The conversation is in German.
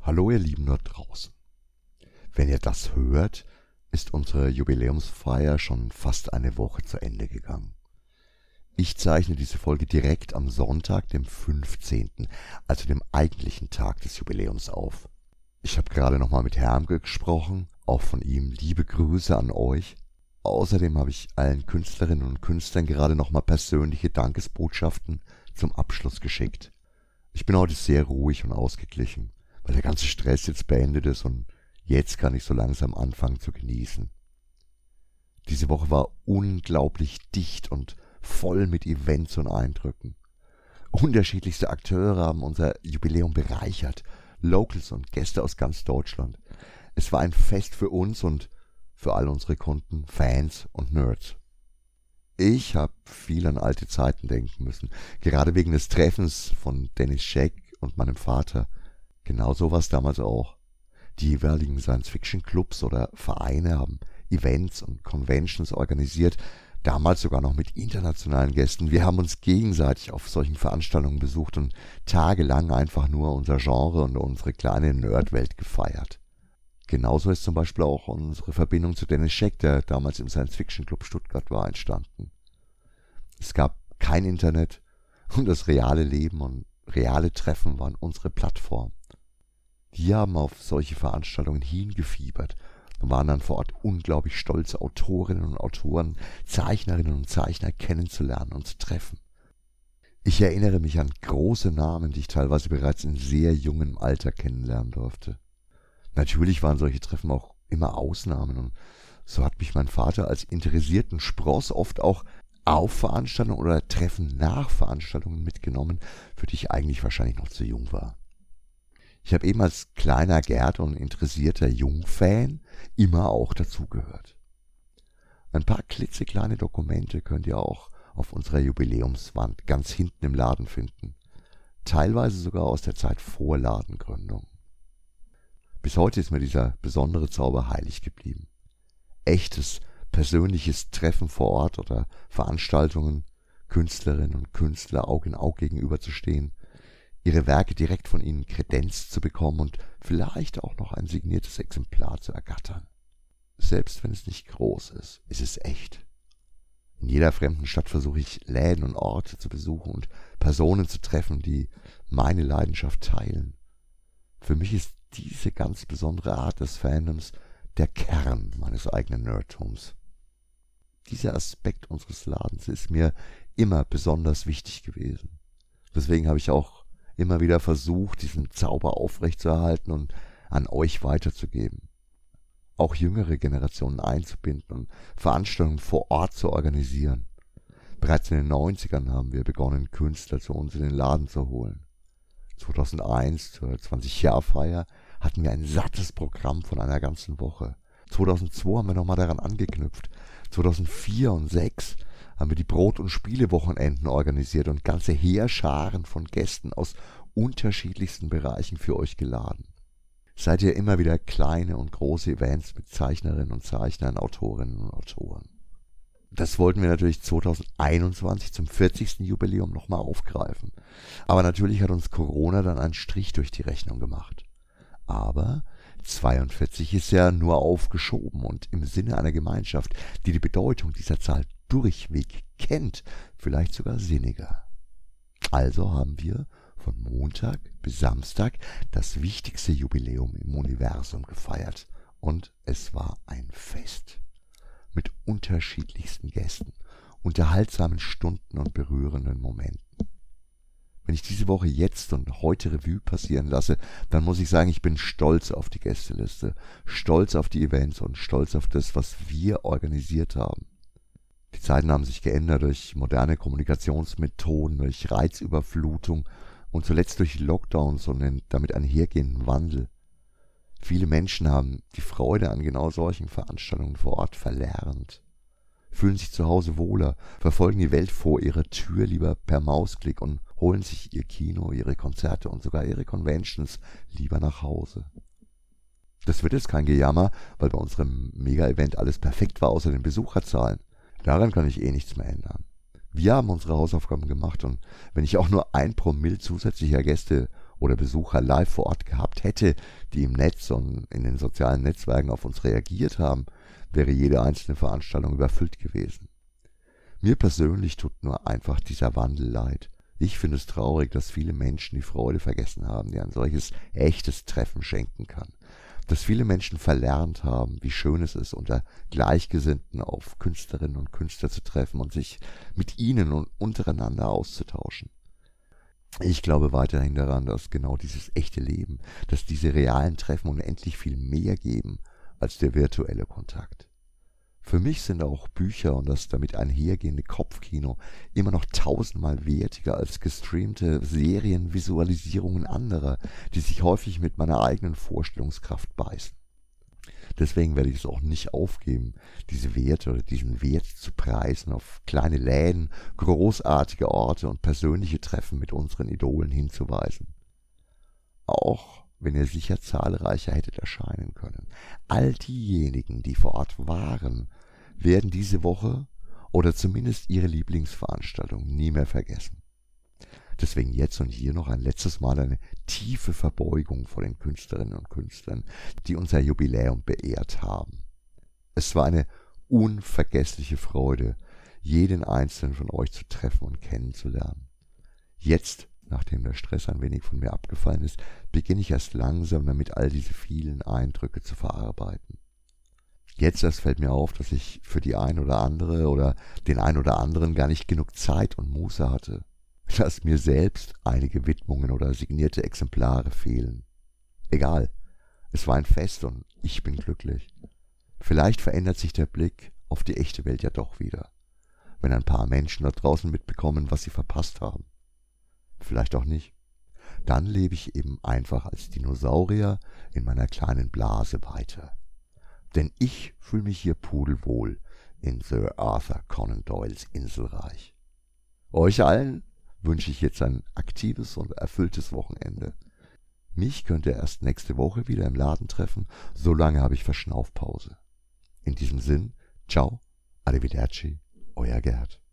Hallo ihr Lieben dort draußen. Wenn ihr das hört, ist unsere Jubiläumsfeier schon fast eine Woche zu Ende gegangen. Ich zeichne diese Folge direkt am Sonntag, dem 15., also dem eigentlichen Tag des Jubiläums auf. Ich habe gerade nochmal mit Hermke gesprochen, auch von ihm liebe Grüße an euch. Außerdem habe ich allen Künstlerinnen und Künstlern gerade nochmal persönliche Dankesbotschaften zum Abschluss geschickt. Ich bin heute sehr ruhig und ausgeglichen, weil der ganze Stress jetzt beendet ist und jetzt kann ich so langsam anfangen zu genießen. Diese Woche war unglaublich dicht und voll mit Events und Eindrücken. Unterschiedlichste Akteure haben unser Jubiläum bereichert, Locals und Gäste aus ganz Deutschland. Es war ein Fest für uns und für all unsere Kunden, Fans und Nerds. Ich habe viel an alte Zeiten denken müssen, gerade wegen des Treffens von Dennis Scheck und meinem Vater. Genau so war es damals auch. Die jeweiligen Science-Fiction-Clubs oder Vereine haben Events und Conventions organisiert, damals sogar noch mit internationalen Gästen. Wir haben uns gegenseitig auf solchen Veranstaltungen besucht und tagelang einfach nur unser Genre und unsere kleine Nerdwelt gefeiert. Genauso ist zum Beispiel auch unsere Verbindung zu Dennis Scheck, der damals im Science-Fiction-Club Stuttgart war, entstanden. Es gab kein Internet und das reale Leben und reale Treffen waren unsere Plattform. Wir haben auf solche Veranstaltungen hingefiebert und waren dann vor Ort unglaublich stolz, Autorinnen und Autoren, Zeichnerinnen und Zeichner kennenzulernen und zu treffen. Ich erinnere mich an große Namen, die ich teilweise bereits in sehr jungem Alter kennenlernen durfte. Natürlich waren solche Treffen auch immer Ausnahmen und so hat mich mein Vater als interessierten Spross oft auch auf Veranstaltungen oder Treffen nach Veranstaltungen mitgenommen, für die ich eigentlich wahrscheinlich noch zu jung war. Ich habe eben als kleiner Gerd und interessierter Jungfan immer auch dazugehört. Ein paar klitzekleine Dokumente könnt ihr auch auf unserer Jubiläumswand ganz hinten im Laden finden, teilweise sogar aus der Zeit vor Ladengründung. Bis heute ist mir dieser besondere Zauber heilig geblieben. Echtes, persönliches Treffen vor Ort oder Veranstaltungen, Künstlerinnen und Künstler Aug in Aug gegenüberzustehen, ihre Werke direkt von ihnen kredenzt zu bekommen und vielleicht auch noch ein signiertes Exemplar zu ergattern. Selbst wenn es nicht groß ist, ist es echt. In jeder fremden Stadt versuche ich, Läden und Orte zu besuchen und Personen zu treffen, die meine Leidenschaft teilen. Für mich ist diese ganz besondere Art des Fandoms der Kern meines eigenen Nerdtums. Dieser Aspekt unseres Ladens ist mir immer besonders wichtig gewesen. Deswegen habe ich auch immer wieder versucht, diesen Zauber aufrechtzuerhalten und an euch weiterzugeben. Auch jüngere Generationen einzubinden und Veranstaltungen vor Ort zu organisieren. Bereits in den 90ern haben wir begonnen, Künstler zu uns in den Laden zu holen. 2001 zur 20-Jahr-Feier hatten wir ein sattes Programm von einer ganzen Woche. 2002 haben wir nochmal daran angeknüpft. 2004 und 2006 haben wir die Brot- und Spielewochenenden organisiert und ganze Heerscharen von Gästen aus unterschiedlichsten Bereichen für euch geladen. Seid ihr immer wieder kleine und große Events mit Zeichnerinnen und Zeichnern, Autorinnen und Autoren. Das wollten wir natürlich 2021 zum 40. Jubiläum nochmal aufgreifen. Aber natürlich hat uns Corona dann einen Strich durch die Rechnung gemacht. Aber 42 ist ja nur aufgeschoben und im Sinne einer Gemeinschaft, die die Bedeutung dieser Zahl durchweg kennt, vielleicht sogar sinniger. Also haben wir von Montag bis Samstag das wichtigste Jubiläum im Universum gefeiert. Und es war ein Fest. Mit unterschiedlichsten Gästen, unterhaltsamen Stunden und berührenden Momenten. Wenn ich diese Woche jetzt und heute Revue passieren lasse, dann muss ich sagen, ich bin stolz auf die Gästeliste, stolz auf die Events und stolz auf das, was wir organisiert haben. Die Zeiten haben sich geändert durch moderne Kommunikationsmethoden, durch Reizüberflutung und zuletzt durch Lockdowns und den damit einhergehenden Wandel. Viele Menschen haben die Freude an genau solchen Veranstaltungen vor Ort verlernt, fühlen sich zu Hause wohler, verfolgen die Welt vor ihrer Tür lieber per Mausklick und holen sich ihr Kino, ihre Konzerte und sogar ihre Conventions lieber nach Hause. Das wird jetzt kein Gejammer, weil bei unserem Mega-Event alles perfekt war außer den Besucherzahlen. Daran kann ich nichts mehr ändern. Wir haben unsere Hausaufgaben gemacht und wenn ich auch nur 1 Promille zusätzlicher Gäste oder Besucher live vor Ort gehabt hätte, die im Netz und in den sozialen Netzwerken auf uns reagiert haben, wäre jede einzelne Veranstaltung überfüllt gewesen. Mir persönlich tut nur einfach dieser Wandel leid. Ich finde es traurig, dass viele Menschen die Freude vergessen haben, die ein solches echtes Treffen schenken kann. Dass viele Menschen verlernt haben, wie schön es ist, unter Gleichgesinnten auf Künstlerinnen und Künstler zu treffen und sich mit ihnen und untereinander auszutauschen. Ich glaube weiterhin daran, dass genau dieses echte Leben, dass diese realen Treffen unendlich viel mehr geben als der virtuelle Kontakt. Für mich sind auch Bücher und das damit einhergehende Kopfkino immer noch tausendmal wertiger als gestreamte Serienvisualisierungen anderer, die sich häufig mit meiner eigenen Vorstellungskraft beißen. Deswegen werde ich es auch nicht aufgeben, diese Werte oder diesen Wert zu preisen, auf kleine Läden, großartige Orte und persönliche Treffen mit unseren Idolen hinzuweisen. Auch wenn ihr sicher zahlreicher hättet erscheinen können. All diejenigen, die vor Ort waren, werden diese Woche oder zumindest ihre Lieblingsveranstaltung nie mehr vergessen. Deswegen jetzt und hier noch ein letztes Mal eine tiefe Verbeugung vor den Künstlerinnen und Künstlern, die unser Jubiläum beehrt haben. Es war eine unvergessliche Freude, jeden einzelnen von euch zu treffen und kennenzulernen. Jetzt, nachdem der Stress ein wenig von mir abgefallen ist, beginne ich erst langsam damit, all diese vielen Eindrücke zu verarbeiten. Jetzt erst fällt mir auf, dass ich für die ein oder andere oder den ein oder anderen gar nicht genug Zeit und Muße hatte. Dass mir selbst einige Widmungen oder signierte Exemplare fehlen. Egal, es war ein Fest und ich bin glücklich. Vielleicht verändert sich der Blick auf die echte Welt ja doch wieder, wenn ein paar Menschen da draußen mitbekommen, was sie verpasst haben. Vielleicht auch nicht. Dann lebe ich eben einfach als Dinosaurier in meiner kleinen Blase weiter. Denn ich fühle mich hier pudelwohl in Sir Arthur Conan Doyles Inselreich. Euch allen wünsche ich jetzt ein aktives und erfülltes Wochenende. Mich könnt ihr erst nächste Woche wieder im Laden treffen, solange habe ich Verschnaufpause. In diesem Sinn, ciao, arrivederci, euer Gerd.